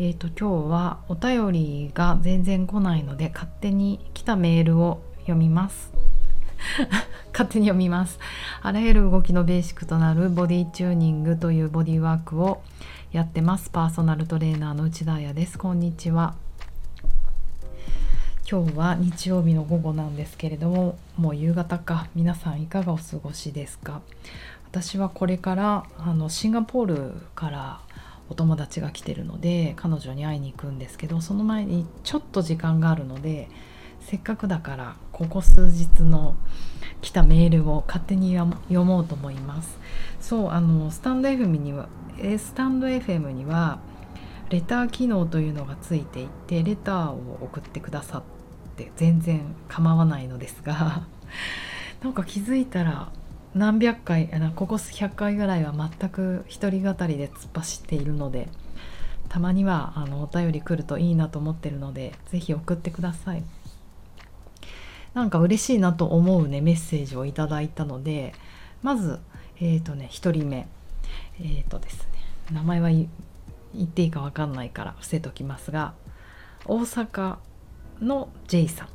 今日はお便りが全然来ないので勝手に来たメールを読みます勝手に読みます。あらゆる動きのベーシックとなるボディチューニングというボディワークをやってます。パーソナルトレーナーの内田彩です。こんにちは。今日は日曜日の午後なんですけれども、もう夕方か。皆さんいかがお過ごしですか？私はこれからシンガポールからお友達が来てるので彼女に会いに行くんですけど、その前にちょっと時間があるので、せっかくだからここ数日の来たメールを勝手に読もうと思います。そう、スタンド FM にはレター機能というのがついていて、レターを送ってくださって全然構わないのですがなんか気づいたら何百回、ここ100回ぐらいは全く一人語りで突っ走っているので、たまにはお便り来るといいなと思ってるので、ぜひ送ってください。なんか嬉しいなと思うねメッセージをいただいたので、まず1人目ですね、名前は言っていいか分かんないから伏せときますが、大阪の J さん、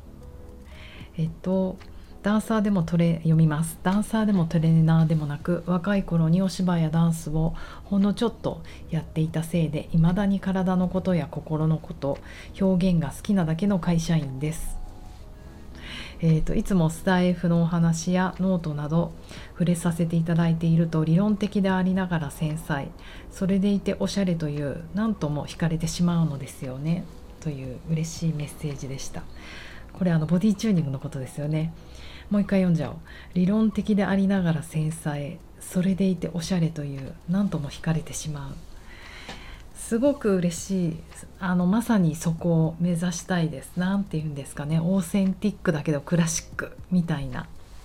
ダンサーでも読みます。ダンサーでもトレーナーでもなく、若い頃にお芝居やダンスをほんのちょっとやっていたせいで、未だに体のことや心のこと、表現が好きなだけの会社員です。いつもスタイフのお話やノートなど触れさせていただいていると、理論的でありながら繊細、それでいておしゃれという、なんとも惹かれてしまうのですよね、という嬉しいメッセージでした。これボディチューニングのことですよね。もう一回読んじゃおう。理論的でありながら繊細、それでいておしゃれという、なんとも惹かれてしまう。すごく嬉しい。まさにそこを目指したいです。なんて言うんですかね、オーセンティックだけどクラシックみたいな。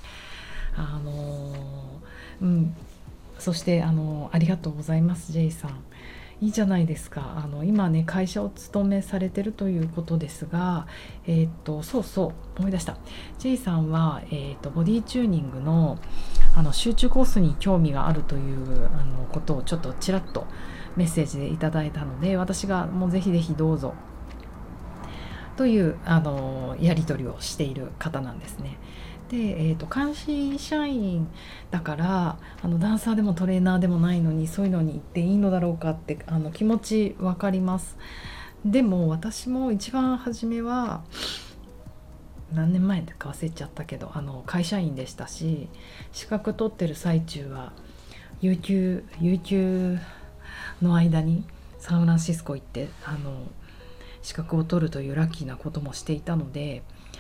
そしてありがとうございます J さん。いいじゃないですか。今ね会社を勤めされてるということですが、そう思い出した。 J さんは、ボディチューニングの集中コースに興味があるということをちょっとちらっとメッセージでいただいたので、私がもうぜひぜひどうぞというやり取りをしている方なんですね。で、監視社員だからダンサーでもトレーナーでもないのに、そういうのに行っていいのだろうかって気持ち分かります。でも私も一番初めは何年前か忘れちゃったけど会社員でしたし、資格取ってる最中は有給の間にサンフランシスコ行って資格を取るというラッキーなこともしていたので、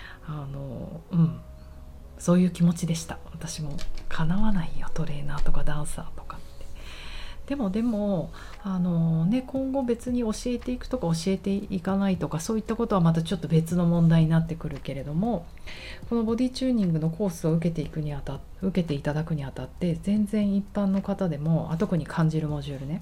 そういう気持ちでした。私も叶わないよトレーナーとかダンサーとかって。でも今後別に教えていくとか教えていかないとか、そういったことはまたちょっと別の問題になってくるけれども、このボディチューニングのコースを受けていただくにあたって、全然一般の方でも、特に感じるモジュールね、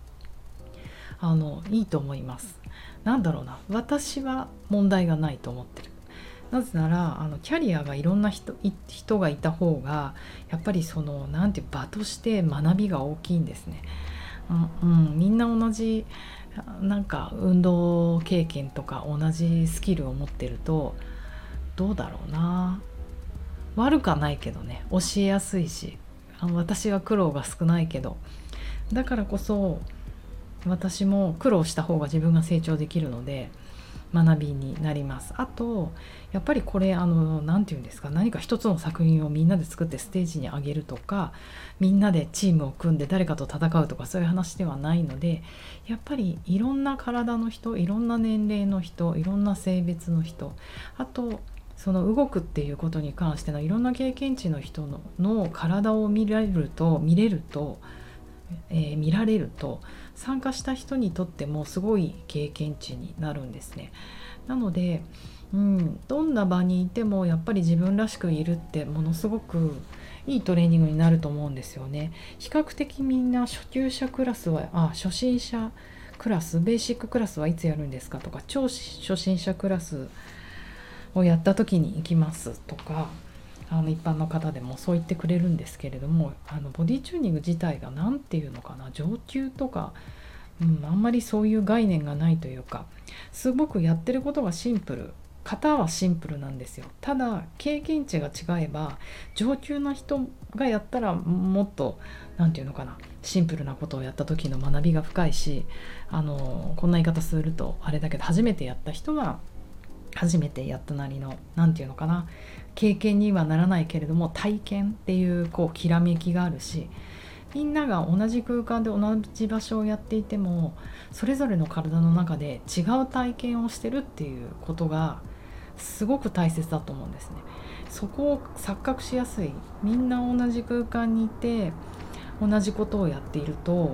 いいと思います。なんだろうな、私は問題がないと思ってる。なぜならキャリアがいろんな人がいた方が、やっぱりなんていう場として学びが大きいんですね。みんな同じなんか運動経験とか同じスキルを持ってると、どうだろうな、悪くはないけどね、教えやすいし、私は苦労が少ないけど、だからこそ私も苦労した方が自分が成長できるので学びになります。あとやっぱりこれなんていうんですか、何か一つの作品をみんなで作ってステージに上げるとか、みんなでチームを組んで誰かと戦うとか、そういう話ではないので、やっぱりいろんな体の人、いろんな年齢の人、いろんな性別の人、あとその動くっていうことに関してのいろんな経験値の人の体を見られると参加した人にとってもすごい経験値になるんですね。なので、どんな場にいてもやっぱり自分らしくいるってものすごくいいトレーニングになると思うんですよね。比較的みんな初心者クラス、ベーシッククラスはいつやるんですかとか、超初心者クラスをやった時に行きますとか、一般の方でもそう言ってくれるんですけれども、ボディチューニング自体が何ていうのかな、上級とかあんまりそういう概念がないというか、すごくやってることがシンプル、型はシンプルなんですよ。ただ経験値が違えば、上級な人がやったらもっとなんていうのかな、シンプルなことをやった時の学びが深いし、こんな言い方するとあれだけど、初めてやった人は初めてやったなりのなんていうのかな、経験にはならないけれども体験っていうこうきらめきがあるし、みんなが同じ空間で同じ場所をやっていても、それぞれの体の中で違う体験をしてるっていうことがすごく大切だと思うんですね。そこを錯覚しやすい。みんな同じ空間にいて同じことをやっていると、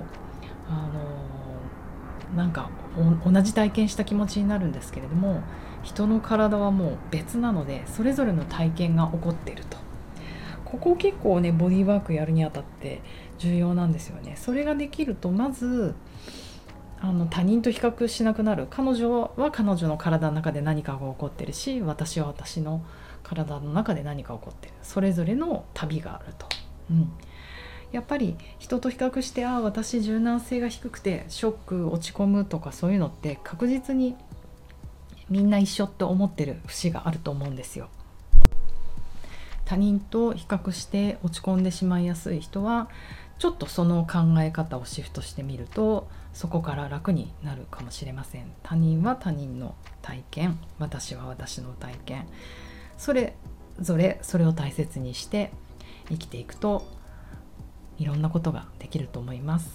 なんか同じ体験した気持ちになるんですけれども、人の体はもう別なので、それぞれの体験が起こっていると。ここ結構ね、ボディーワークやるにあたって重要なんですよね。それができると、まず他人と比較しなくなる。彼女は彼女の体の中で何かが起こってるし、私は私の体の中で何か起こってる。それぞれの旅があると、やっぱり人と比較して、私柔軟性が低くてショック落ち込むとか、そういうのって確実にみんな一緒って思ってる節があると思うんですよ。他人と比較して落ち込んでしまいやすい人は、ちょっとその考え方をシフトしてみると、そこから楽になるかもしれません。他人は他人の体験、私は私の体験、それぞれそれを大切にして生きていくと、いろんなことができると思います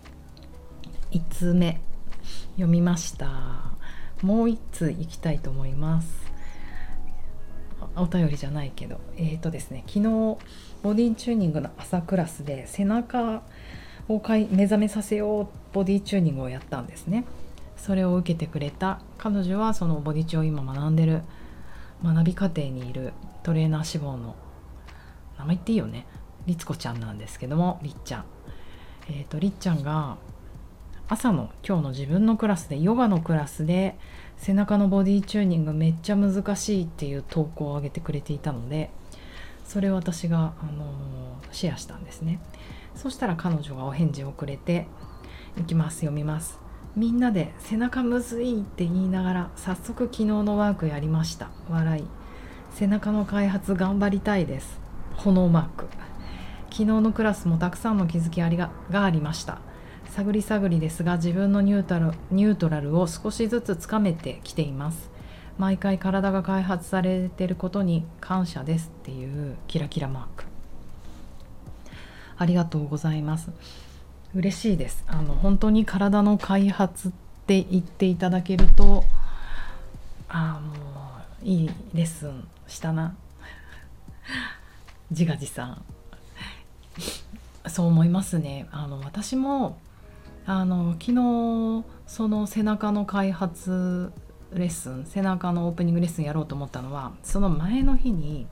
。1通目読みました。もう1通いきたいと思います。お便りじゃないけど、ですね、昨日ボディチューニングの朝クラスで背中を目覚めさせようボディチューニングをやったんですね。それを受けてくれた彼女は、そのボディチューを今学んでる、学び過程にいるトレーナー志望の、名前言っていいよね、りつこちゃんなんですけども、りっちゃん、りっちゃんが朝の今日の自分のクラスで、ヨガのクラスで背中のボディチューニングめっちゃ難しいっていう投稿を上げてくれていたので、それを私が、シェアしたんですね。そしたら彼女がお返事をくれて、いきます、読みます。みんなで背中むずいって言いながら早速昨日のワークやりました。笑い。背中の開発頑張りたいです。炎マーク。昨日のクラスもたくさんの気づきがありました。探り探りですが、自分のニュートラルを少しずつつかめてきています。毎回体が開発されていることに感謝ですっていうキラキラマーク。ありがとうございます。嬉しいです。本当に体の開発って言っていただけると、もういいレッスンしたな自画自賛。そう思いますね。私も昨日その背中の開発レッスン、背中のオープニングレッスンやろうと思ったのは、その前の日に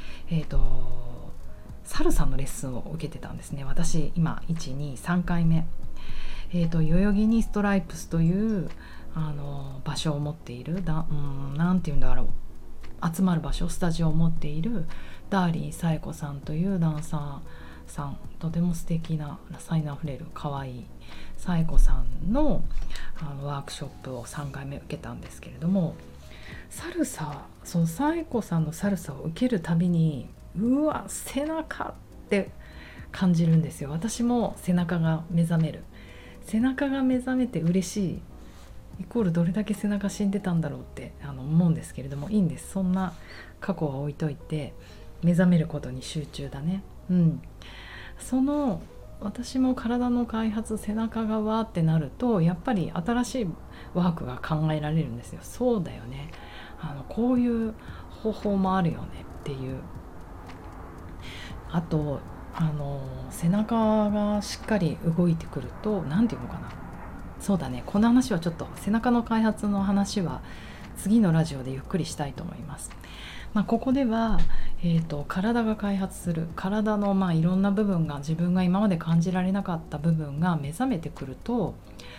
サルサのレッスンを受けてたんですね。私今123回目、代々木にストライプスという場所を持っているなんていうんだろう、集まる場所、スタジオを持っているダーリン紗恵子さんというダンサーさん、とても素敵な才能あふれる可愛い紗恵子さんのワークショップを3回目受けたんですけれども、サルサ、その紗恵子さんのサルサを受けるたびに、うわ背中って感じるんですよ。私も背中が目覚める。背中が目覚めて嬉しいイコールどれだけ背中死んでたんだろうって思うんですけれども、いいんです。そんな過去は置いといて、目覚めることに集中だね。その私も体の開発、背中がわーってなると、やっぱり新しいワークが考えられるんですよ。そうだよね、こういう方法もあるよねっていう。あと背中がしっかり動いてくると、なんていうのかな、そうだね、この話はちょっと背中の開発の話は次のラジオでゆっくりしたいと思います。ここでは、体が開発する体のいろんな部分が、自分が今まで感じられなかった部分が目覚めてくると、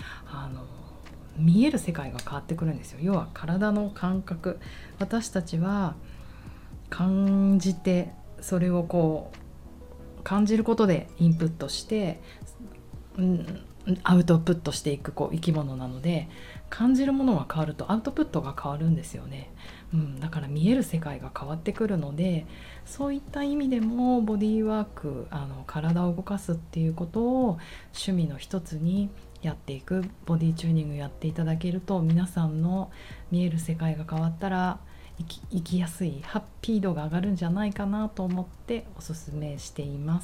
見える世界が変わってくるんですよ。要は体の感覚、私たちは感じて、それをこう感じることでインプットして、 アウトプットしていく生き物なので、感じるものが変わるとアウトプットが変わるんですよね。だから見える世界が変わってくるので、そういった意味でもボディーワーク、体を動かすっていうことを趣味の一つにやっていく、ボディチューニングやっていただけると、皆さんの見える世界が変わったら生きやすい、ハッピー度が上がるんじゃないかなと思っておすすめしています。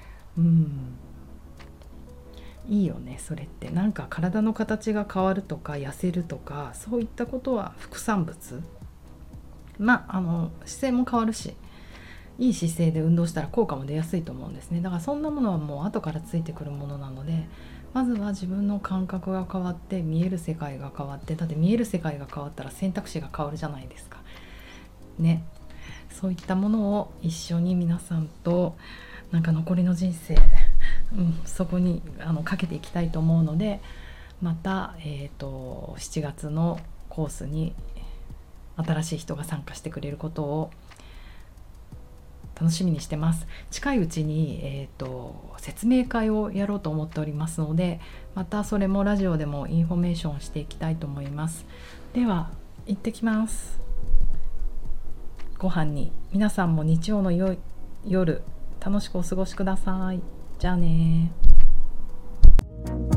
いいよね、それって。なんか体の形が変わるとか痩せるとか、そういったことは副産物、姿勢も変わるし、いい姿勢で運動したら効果も出やすいと思うんですね。だからそんなものはもう後からついてくるものなので、まずは自分の感覚が変わって見える世界が変わって、だって見える世界が変わったら選択肢が変わるじゃないですかね。そういったものを一緒に皆さんとなんか残りの人生、そこにかけていきたいと思うので、また、7月のコースに新しい人が参加してくれることを楽しみにしてます。近いうちに、説明会をやろうと思っておりますので、またそれもラジオでもインフォメーションしていきたいと思います。では行ってきます。ご飯に。皆さんも日曜の夜楽しくお過ごしください。じゃあね。